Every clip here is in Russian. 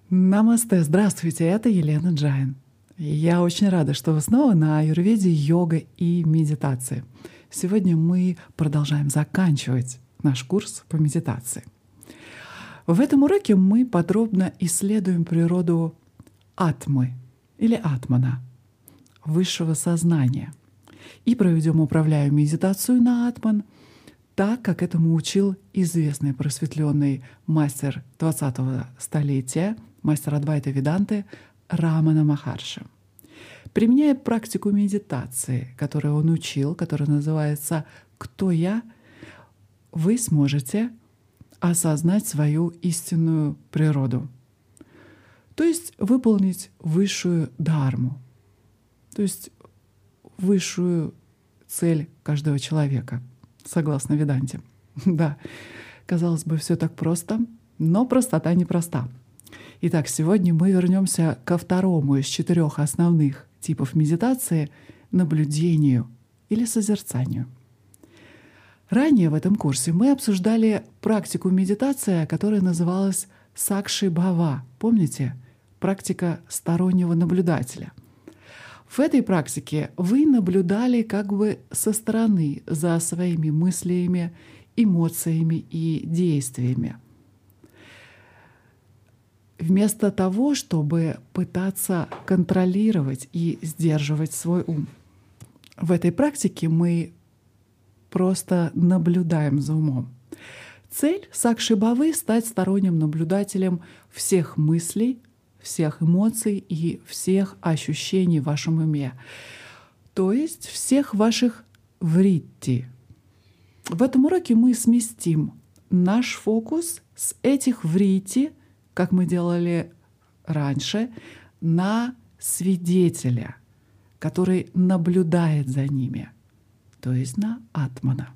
Намасте, здравствуйте, это Елена Джайн. Я очень рада, что вы снова на аюрведе, йога и медитации. Сегодня мы продолжаем заканчивать наш курс по медитации. В этом уроке мы подробно исследуем природу атмы или атмана, высшего сознания, и проведем управляемую медитацию на атман, так, как этому учил известный просветленный мастер 20-го столетия, мастер Адвайта Веданты Рамана Махарши. Применяя практику медитации, которую он учил, которая называется «Кто я?», вы сможете осознать свою истинную природу, то есть выполнить высшую дхарму, то есть высшую цель каждого человека, согласно Веданте. Да, казалось бы, все так просто, но простота непроста. Итак, сегодня мы вернемся ко второму из 4 основных типов медитации — наблюдению или созерцанию. Ранее в этом курсе мы обсуждали практику медитации, которая называлась Сакши-бхава. Помните? Практика стороннего наблюдателя. В этой практике вы наблюдали как бы со стороны за своими мыслями, эмоциями и действиями, вместо того, чтобы пытаться контролировать и сдерживать свой ум. В этой практике мы просто наблюдаем за умом. Цель Сакши-бхавы — стать сторонним наблюдателем всех мыслей, всех эмоций и всех ощущений в вашем уме, то есть всех ваших вритти. В этом уроке мы сместим наш фокус с этих вритти, как мы делали раньше, на свидетеля, который наблюдает за ними, то есть на атмана.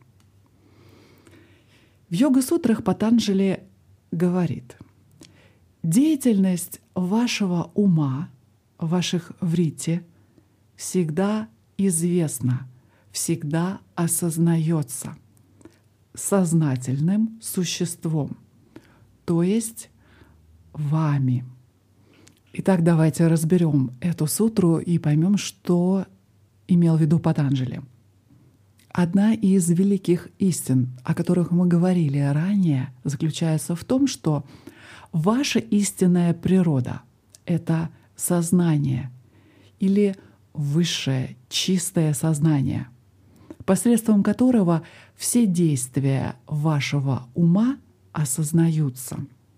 В йога-сутрах Патанджали говорит: деятельность вашего ума, ваших вритти, всегда известна, всегда осознается сознательным существом, то есть вами. Итак, давайте разберем эту сутру и поймем, что имел в виду Патанджали. Одна из великих истин, о которых мы говорили ранее, заключается в том, что ваша истинная природа — это сознание или высшее чистое сознание, посредством которого все действия вашего ума осознаются.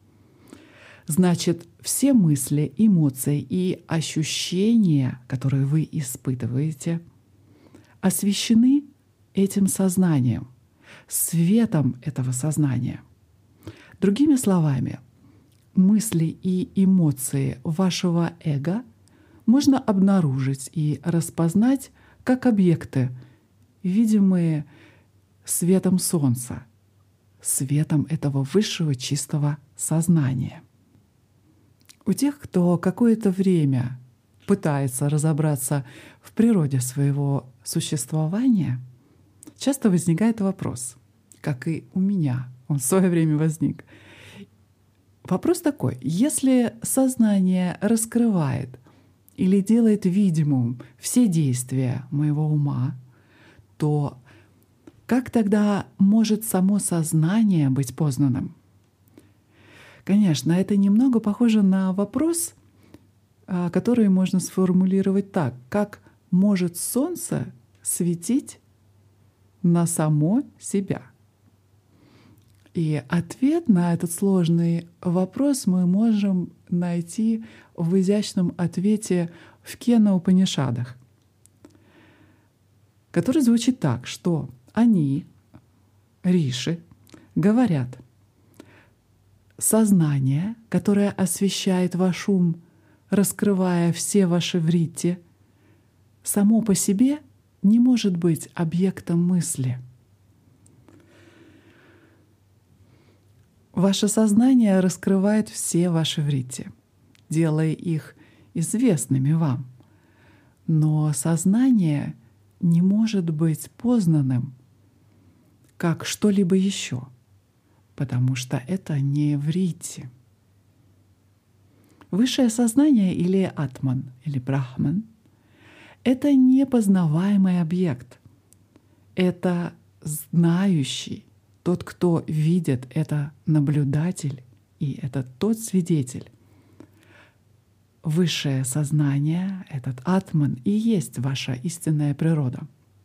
Значит, все мысли, эмоции и ощущения, которые вы испытываете, освещены этим сознанием, светом этого сознания. Другими словами, мысли и эмоции вашего эго можно обнаружить и распознать как объекты, видимые светом солнца, светом этого высшего чистого сознания. У тех, кто какое-то время пытается разобраться в природе своего существования, часто возникает вопрос, как и у меня, он в свое время возник. Вопрос такой: если сознание раскрывает или делает видимым все действия моего ума, то как тогда может само сознание быть познанным? Конечно, это немного похоже на вопрос, который можно сформулировать так: как может солнце светить на само себя? И ответ на этот сложный вопрос мы можем найти в изящном ответе в Кена-Упанишадах, который звучит так, что они, риши, говорят: сознание, которое освещает ваш ум, раскрывая все ваши вритти, само по себе не может быть объектом мысли. Ваше сознание раскрывает все ваши вритти, делая их известными вам. Но сознание не может быть познанным как что-либо еще, потому что это не вритти. Высшее сознание или атман, или брахман — это непознаваемый объект. Это знающий, тот, кто видит, это наблюдатель, и это тот свидетель. Высшее сознание, этот атман, и есть ваша истинная природа.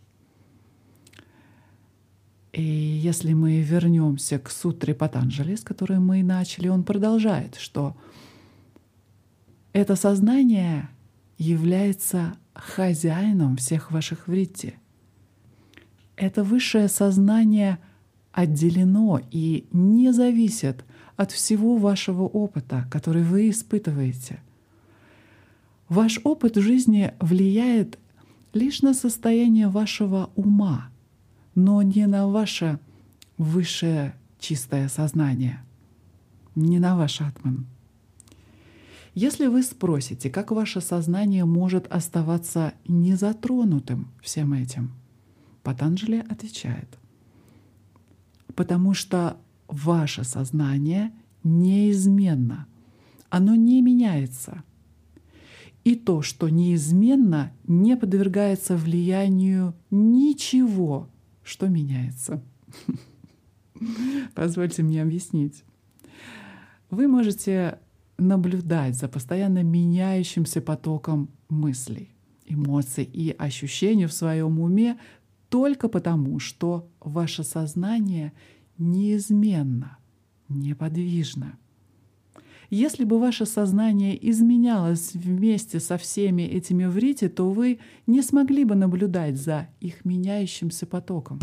И если мы вернемся к сутре Патанджали, с которой мы начали, он продолжает, что это сознание является хозяином всех ваших вритти. Это высшее сознание отделено и не зависит от всего вашего опыта, который вы испытываете. Ваш опыт в жизни влияет лишь на состояние вашего ума, но не на ваше высшее чистое сознание, не на ваш атман. Если вы спросите, как ваше сознание может оставаться незатронутым всем этим, Патанджали отвечает: потому что ваше сознание неизменно, оно не меняется. И то, что неизменно, не подвергается влиянию ничего, что меняется. Позвольте мне объяснить. Вы можете наблюдать за постоянно меняющимся потоком мыслей, эмоций и ощущений в своем уме только потому, что ваше сознание неизменно, неподвижно. Если бы ваше сознание изменялось вместе со всеми этими вритти, то вы не смогли бы наблюдать за их меняющимся потоком.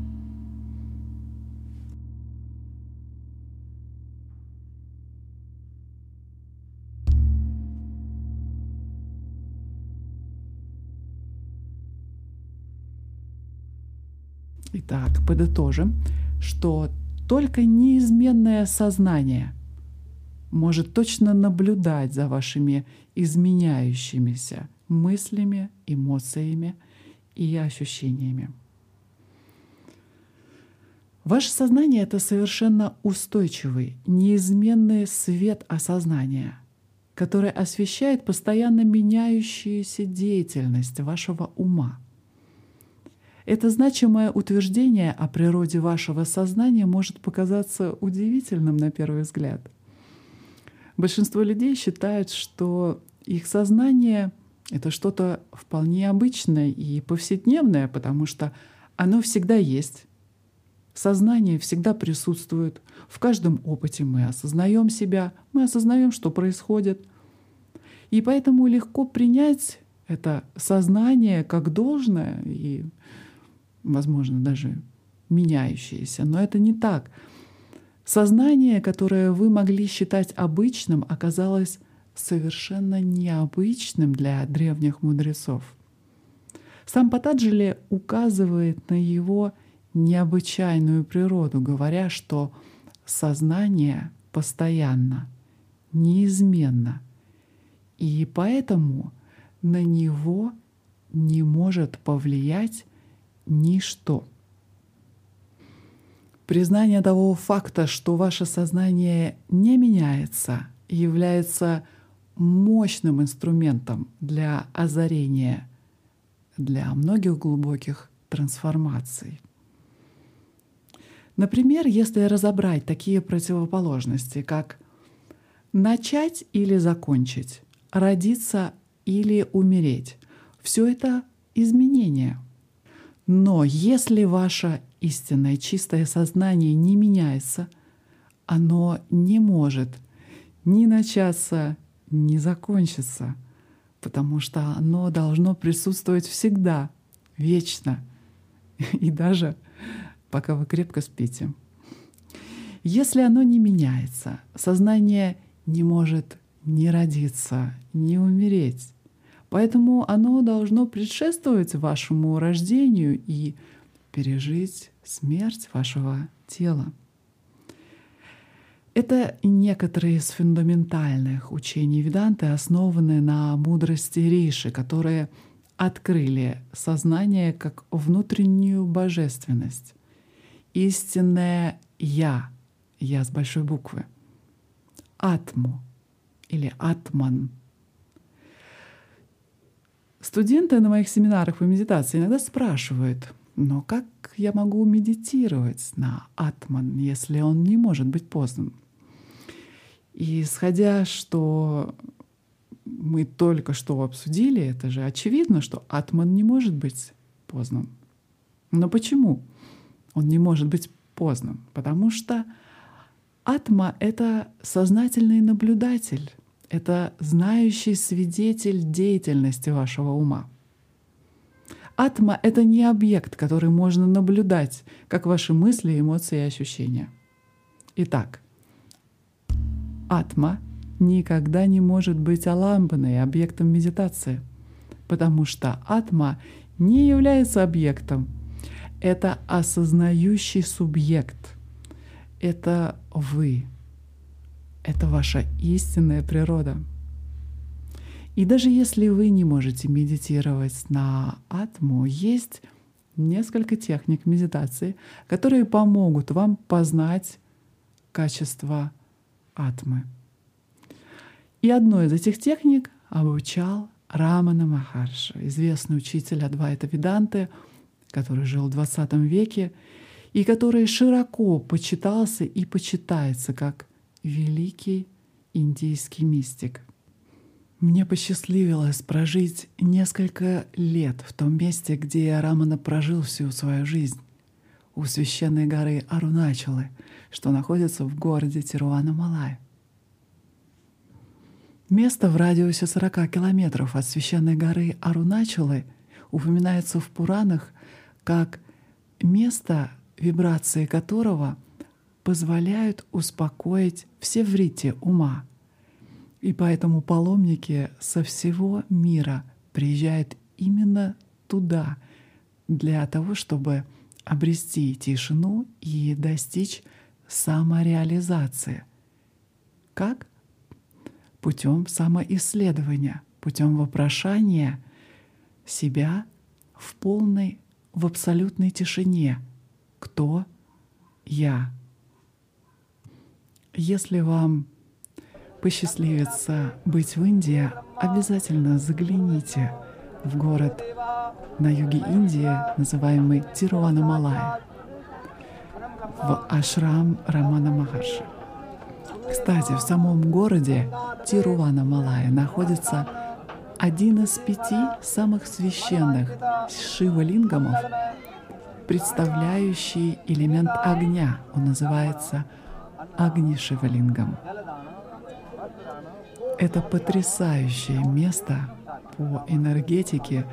Итак, подытожим, что только неизменное сознание может точно наблюдать за вашими изменяющимися мыслями, эмоциями и ощущениями. Ваше сознание — это совершенно устойчивый, неизменный свет осознания, который освещает постоянно меняющуюся деятельность вашего ума. Это значимое утверждение о природе вашего сознания может показаться удивительным на первый взгляд. Большинство людей считают, что их сознание — это что-то вполне обычное и повседневное, потому что оно всегда есть. Сознание всегда присутствует. В каждом опыте мы осознаем себя, мы осознаем, что происходит. И поэтому легко принять это сознание как должное и, возможно, даже меняющееся. Но это не так. Сознание, которое вы могли считать обычным, оказалось совершенно необычным для древних мудрецов. Сам Патанджали указывает на его необычайную природу, говоря, что сознание постоянно, неизменно, и поэтому на него не может повлиять ничто. Признание того факта, что ваше сознание не меняется, является мощным инструментом для озарения, для многих глубоких трансформаций. Например, если разобрать такие противоположности, как начать или закончить, родиться или умереть, все это изменения. Но если ваше истинное чистое сознание не меняется, оно не может ни начаться, ни закончиться, потому что оно должно присутствовать всегда, вечно, и даже пока вы крепко спите. Если оно не меняется, сознание не может ни родиться, ни умереть. Поэтому оно должно предшествовать вашему рождению и пережить смерть вашего тела. Это некоторые из фундаментальных учений Веданты, основанные на мудрости Риши, которые открыли сознание как внутреннюю божественность, истинное «Я», «Я» с большой буквы, атму, или атман. Студенты на моих семинарах по медитации иногда спрашивают: но как я могу медитировать на атман, если он не может быть познан? И исходя, что мы только что обсудили, это же очевидно, что атман не может быть познан. Но почему он не может быть познан? Потому что атма — это сознательный наблюдатель, это знающий свидетель деятельности вашего ума. Атма — это не объект, который можно наблюдать, как ваши мысли, эмоции и ощущения. Итак, атма никогда не может быть аламбаной, объектом медитации, потому что атма не является объектом. Это осознающий субъект. Это вы. Это ваша истинная природа. И даже если вы не можете медитировать на атму, есть несколько техник медитации, которые помогут вам познать качество атмы. И одной из этих техник обучал Рамана Махарши, известный учитель Адвайта Веданты, который жил в 20 веке и который широко почитался и почитается как великий индийский мистик. Мне посчастливилось прожить несколько лет в том месте, где Рамана прожил всю свою жизнь, у священной горы Аруначалы, что находится в городе Тируванамалай. Место в радиусе 40 километров от священной горы Аруначалы упоминается в Пуранах как место, вибрации которого позволяют успокоить все вритти ума. И поэтому паломники со всего мира приезжают именно туда для того, чтобы обрести тишину и достичь самореализации. Как? Путем самоисследования, путем вопрошания себя в абсолютной тишине. Кто я? Если вам посчастливится быть в Индии, обязательно загляните в город на юге Индии, называемый Тируванамалай, в ашрам Рамана Махарши. Кстати, в самом городе Тируванамалай находится один из 5 самых священных шива-лингамов, представляющий элемент огня. Он называется Агни-шива-лингам. Это потрясающее место по энергетике.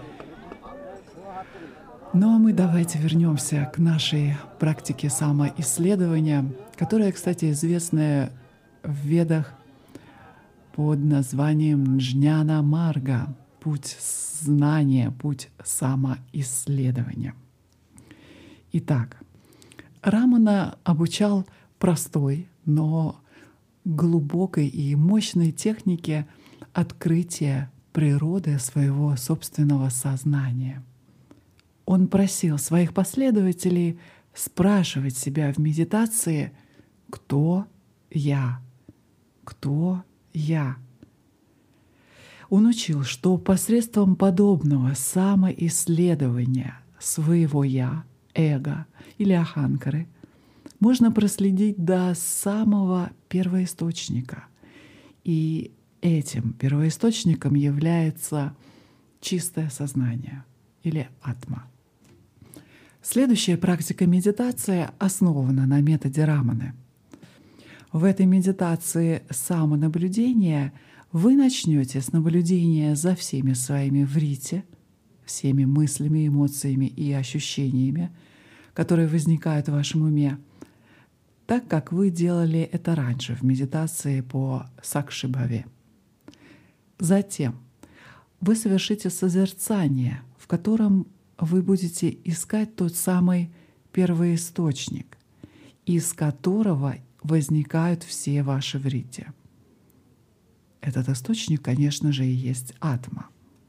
Ну а мы давайте вернемся к нашей практике самоисследования, которая, кстати, известная в Ведах под названием Джняна Марга — путь знания, путь самоисследования. Итак, Рамана обучал простой, но глубокой и мощной технике открытия природы своего собственного сознания. Он просил своих последователей спрашивать себя в медитации: «Кто я? Кто я?» Он учил, что посредством подобного самоисследования своего «я», эго или аханкары можно проследить до самого первоисточника. И этим первоисточником является чистое сознание или атма. Следующая практика медитации основана на методе Раманы. В этой медитации самонаблюдения вы начнете с наблюдения за всеми своими вритти, всеми мыслями, эмоциями и ощущениями, которые возникают в вашем уме, так как вы делали это раньше в медитации по Сакшибхаве. Затем вы совершите созерцание, в котором вы будете искать тот самый первоисточник, из которого возникают все ваши вритти. Этот источник, конечно же, и есть атма.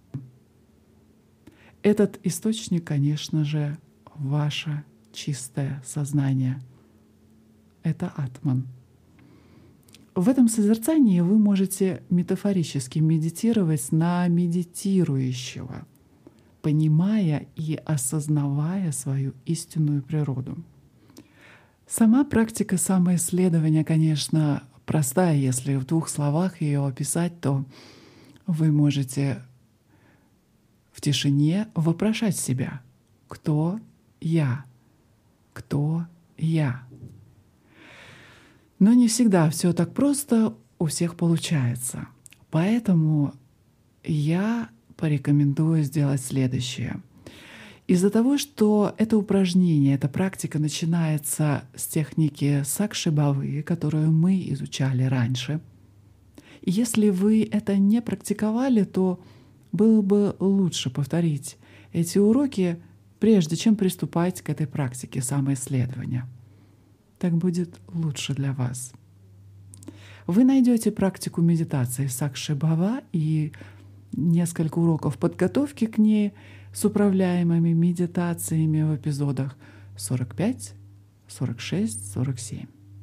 Этот источник, конечно же, ваше чистое сознание. Это атман. В этом созерцании вы можете метафорически медитировать на медитирующего, понимая и осознавая свою истинную природу. Сама практика самоисследования, конечно, простая. Если в 2 словах ее описать, то вы можете в тишине вопрошать себя: «Кто я? Кто я?» Но не всегда все так просто у всех получается. Поэтому я порекомендую сделать следующее. Из-за того, что это упражнение, эта практика начинается с техники Сакши-Бхавы, которую мы изучали раньше. И если вы это не практиковали, то было бы лучше повторить эти уроки, прежде чем приступать к этой практике самоисследования. Так будет лучше для вас. Вы найдете практику медитации Сакши-Бхава и несколько уроков подготовки к ней с управляемыми медитациями в эпизодах 45, 46, 47.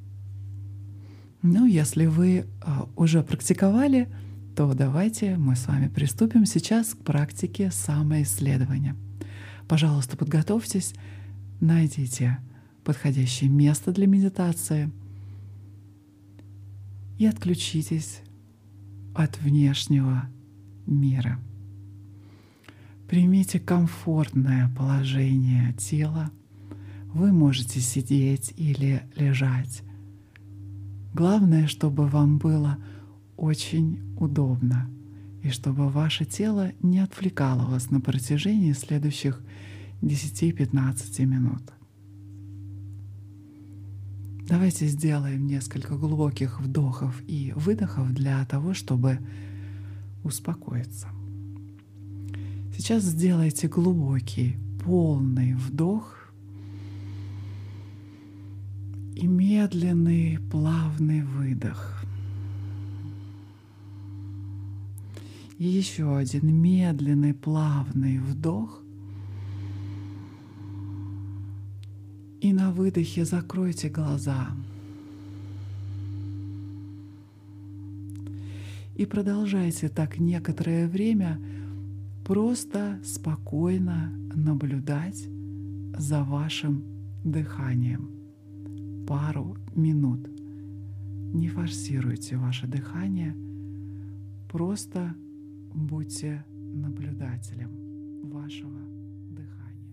Ну, если вы уже практиковали, то давайте мы с вами приступим сейчас к практике самоисследования. Пожалуйста, подготовьтесь, найдите подходящее место для медитации и отключитесь от внешнего мира. Примите комфортное положение тела. Вы можете сидеть или лежать. Главное, чтобы вам было очень удобно и чтобы ваше тело не отвлекало вас на протяжении следующих 10-15 минут. Давайте сделаем несколько глубоких вдохов и выдохов для того, чтобы успокоиться. Сейчас сделайте глубокий, полный вдох и медленный, плавный выдох. И еще один медленный, плавный вдох. И на выдохе закройте глаза. И продолжайте так некоторое время просто спокойно наблюдать за вашим дыханием. Пару минут. Не форсируйте ваше дыхание, просто будьте наблюдателем вашего дыхания.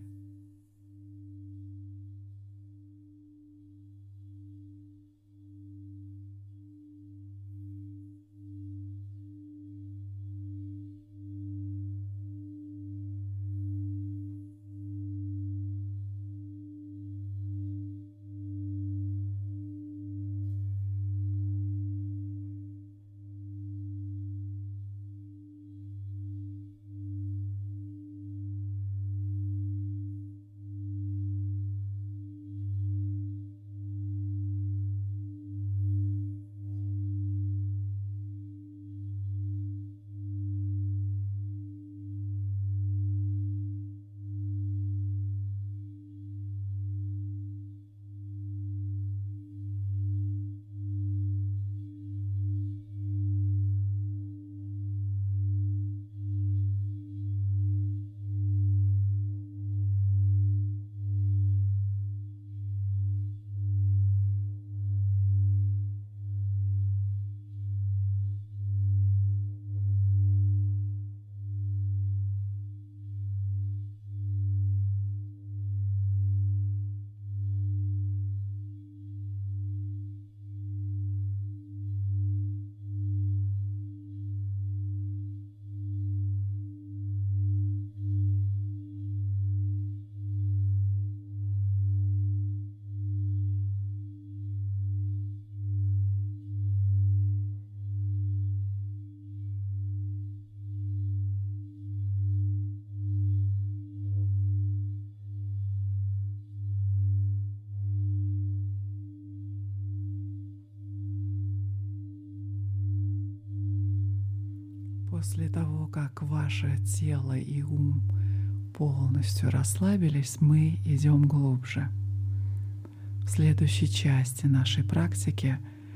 После того, как ваше тело и ум полностью расслабились, мы идем глубже. В следующей части нашей практики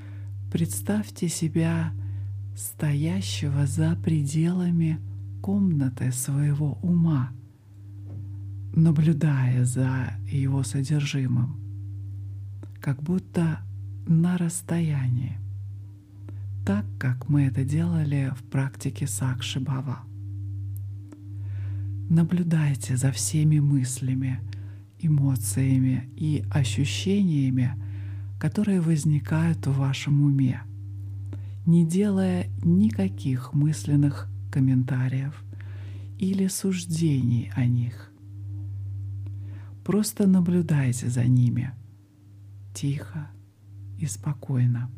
Представьте себя стоящего за пределами комнаты своего ума, наблюдая за его содержимым, как будто на расстоянии, так как мы это делали в практике Сакши-Бхава. Наблюдайте за всеми мыслями, эмоциями и ощущениями, которые возникают в вашем уме, не делая никаких мысленных комментариев или суждений о них. Просто наблюдайте за ними тихо и спокойно.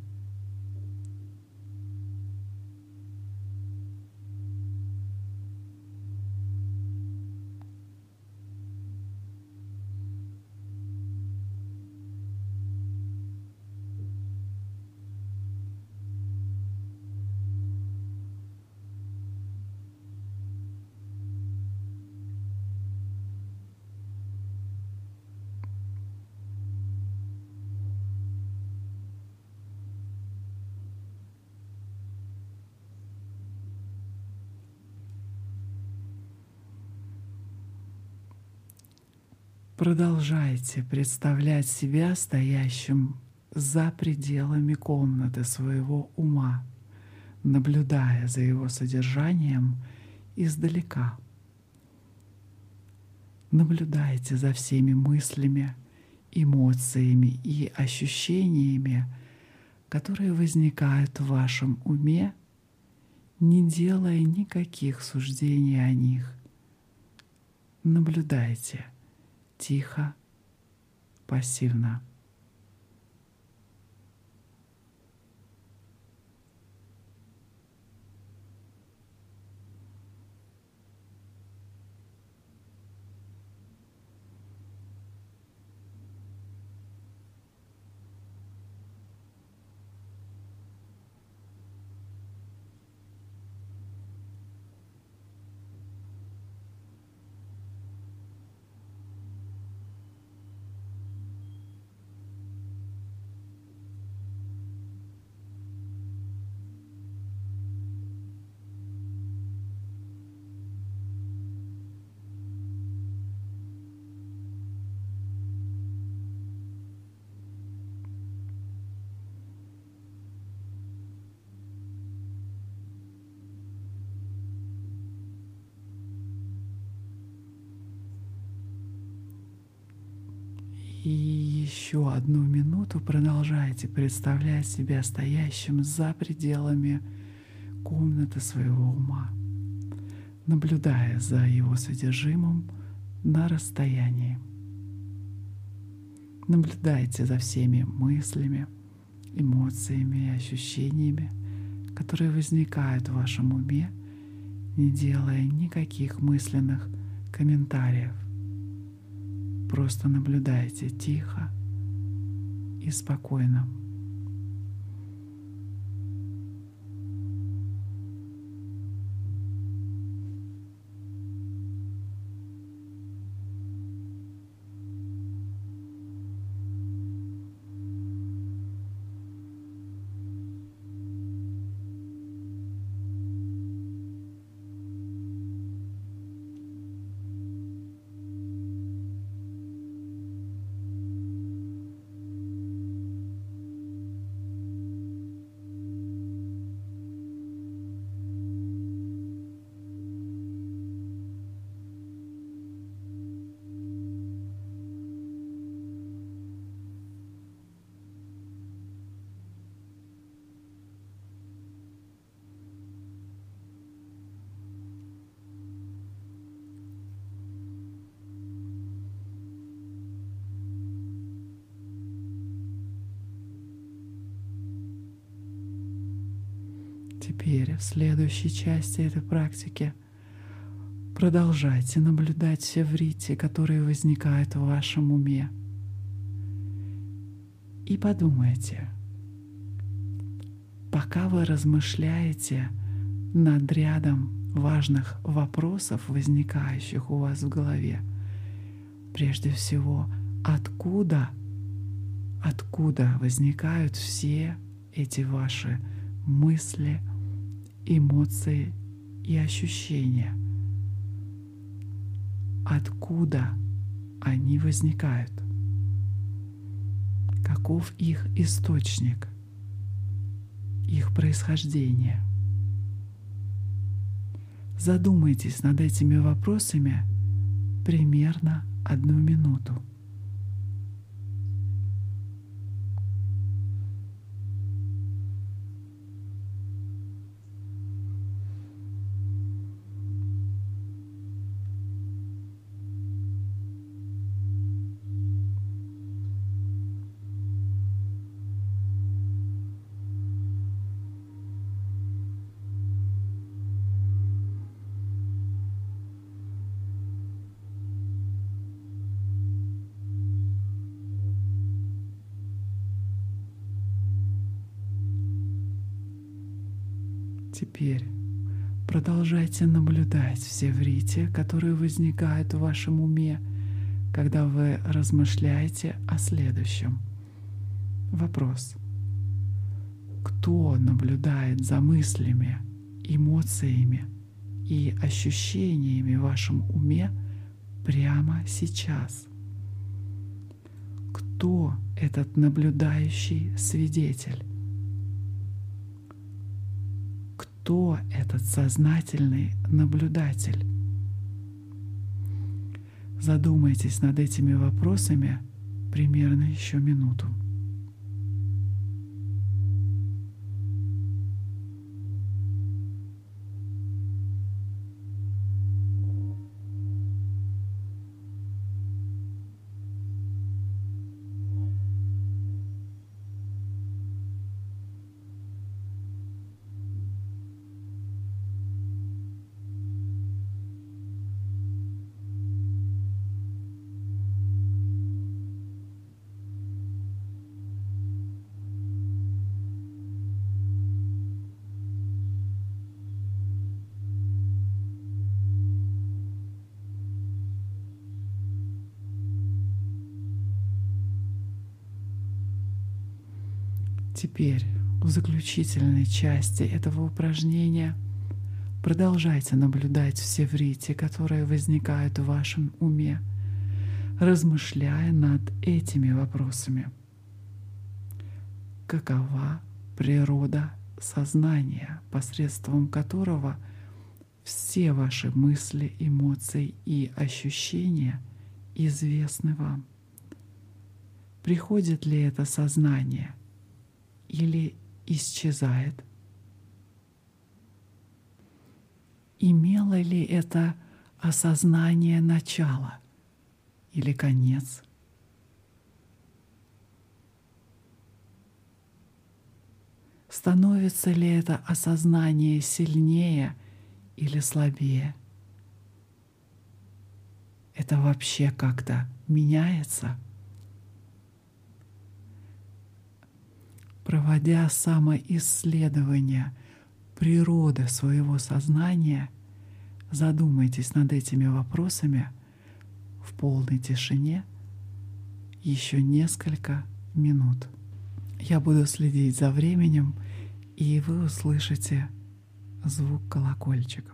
Продолжайте представлять себя стоящим за пределами комнаты своего ума, наблюдая за его содержанием издалека. Наблюдайте за всеми мыслями, эмоциями и ощущениями, которые возникают в вашем уме, не делая никаких суждений о них. Наблюдайте тихо, пассивно. И еще 1 минуту продолжайте представлять себя стоящим за пределами комнаты своего ума, наблюдая за его содержимым на расстоянии. Наблюдайте за всеми мыслями, эмоциями и ощущениями, которые возникают в вашем уме, не делая никаких мысленных комментариев. Просто наблюдайте тихо и спокойно. Теперь в следующей части этой практики продолжайте наблюдать все вритти, которые возникают в вашем уме. И подумайте, пока вы размышляете над рядом важных вопросов, возникающих у вас в голове, прежде всего, откуда возникают все эти ваши мысли, эмоции и ощущения? Откуда они возникают? Каков их источник, их происхождение? Задумайтесь над этими вопросами примерно 1 минуту. Теперь продолжайте наблюдать все врите, которые возникают в вашем уме, когда вы размышляете о следующем. Вопрос. Кто наблюдает за мыслями, эмоциями и ощущениями в вашем уме прямо сейчас? Кто этот наблюдающий свидетель? Кто этот сознательный наблюдатель? Задумайтесь над этими вопросами примерно еще минуту. Теперь в заключительной части этого упражнения продолжайте наблюдать все врите, которые возникают в вашем уме, размышляя над этими вопросами. Какова природа сознания, посредством которого все ваши мысли, эмоции и ощущения известны вам? Приходит ли это сознание или исчезает? Имело ли это осознание начало или конец? Становится ли это осознание сильнее или слабее? Это вообще как-то меняется? Проводя самоисследование природы своего сознания, задумайтесь над этими вопросами в полной тишине еще несколько минут. Я буду следить за временем, и вы услышите звук колокольчиков.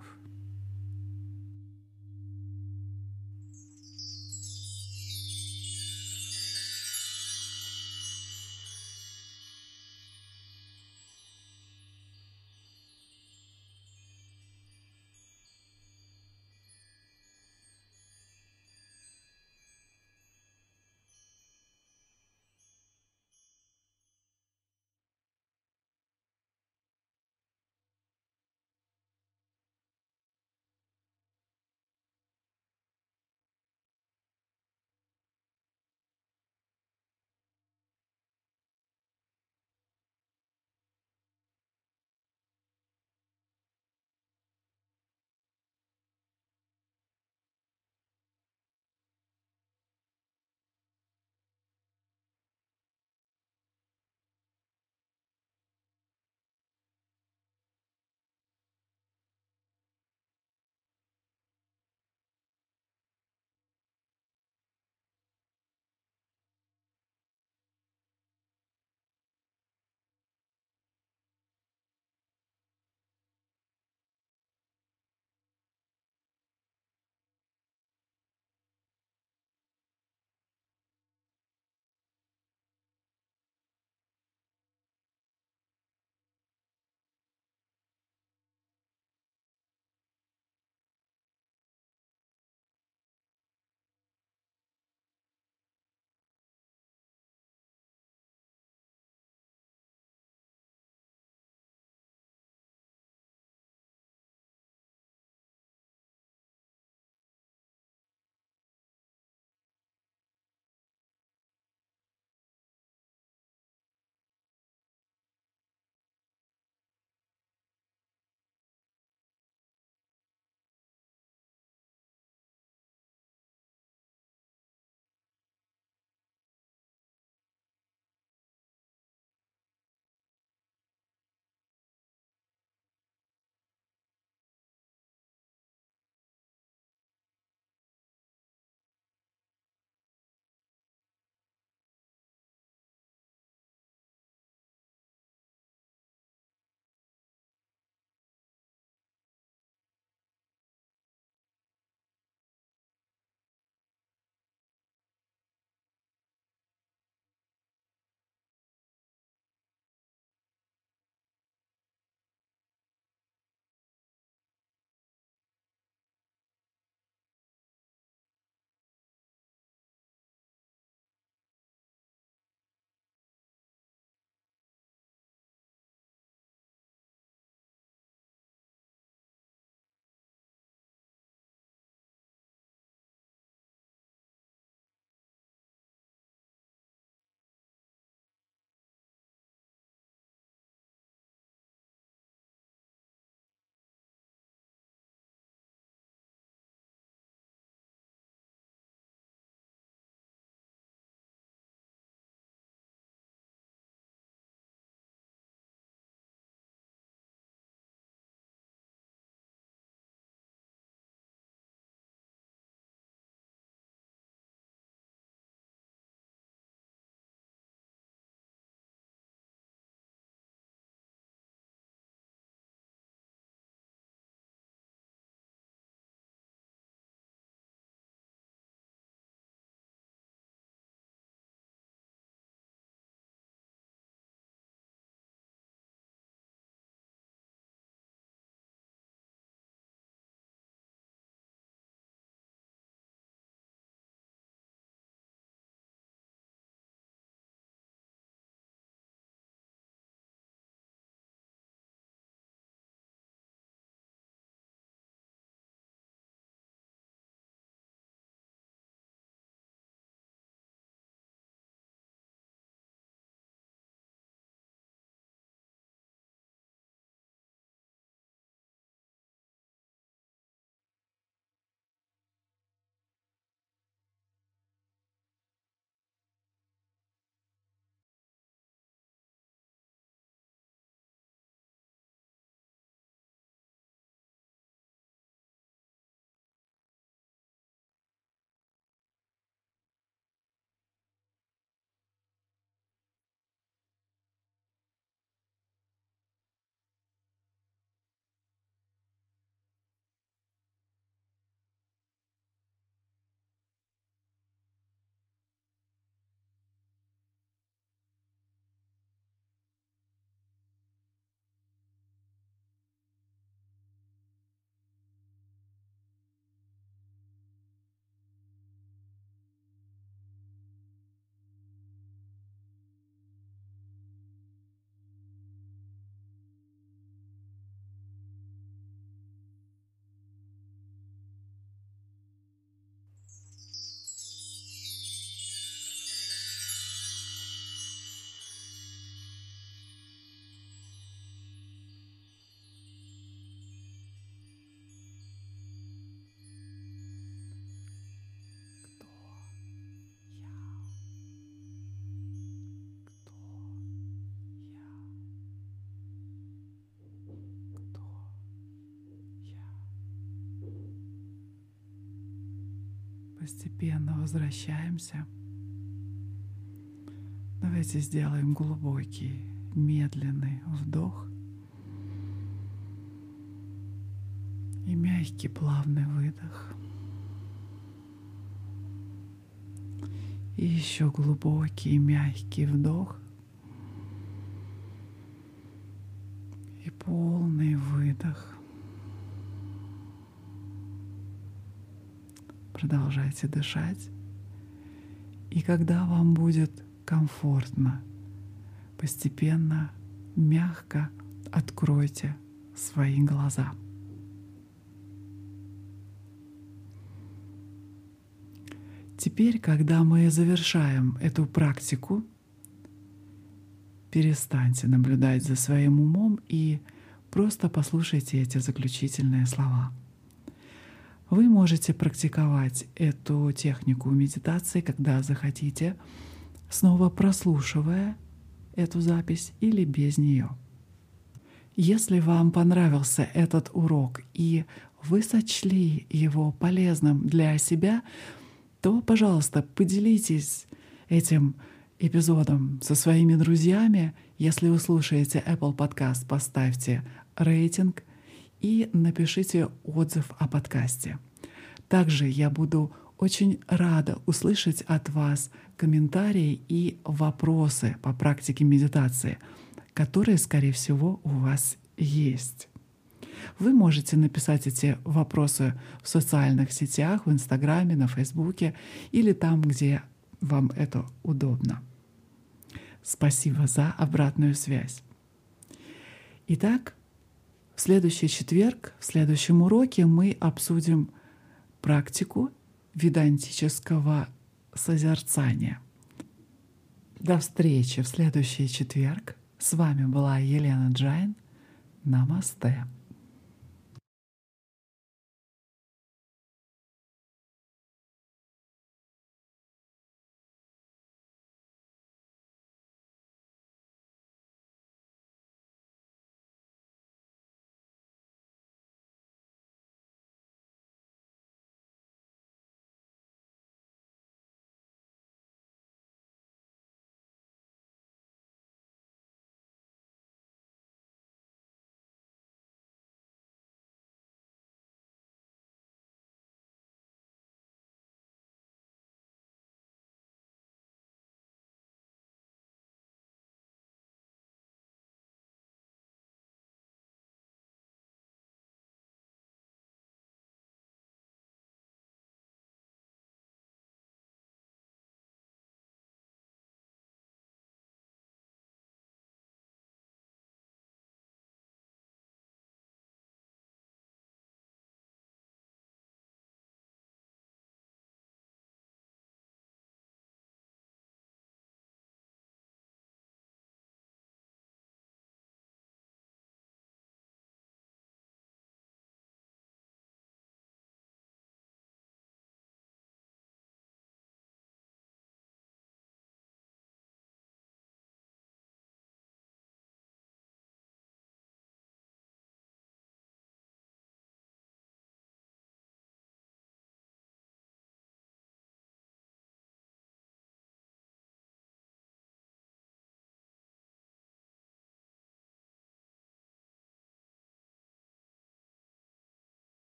Постепенно возвращаемся. Давайте сделаем глубокий, медленный вдох и мягкий, плавный выдох. И еще глубокий, мягкий вдох и полный выдох. Продолжайте дышать. И когда вам будет комфортно, постепенно, мягко откройте свои глаза. Теперь, когда мы завершаем эту практику, перестаньте наблюдать за своим умом и просто послушайте эти заключительные слова. Вы можете практиковать эту технику медитации, когда захотите, снова прослушивая эту запись или без нее. Если вам понравился этот урок и вы сочли его полезным для себя, то, пожалуйста, поделитесь этим эпизодом со своими друзьями. Если вы слушаете Apple Podcast, поставьте рейтинг и напишите отзыв о подкасте. Также я буду очень рада услышать от вас комментарии и вопросы по практике медитации, которые, скорее всего, у вас есть. Вы можете написать эти вопросы в социальных сетях, в Инстаграме, на Фейсбуке или там, где вам это удобно. Спасибо за обратную связь. Итак, в следующий четверг, в следующем уроке мы обсудим практику ведантического созерцания. До встречи в следующий четверг. С вами была Елена Джайн. Намасте.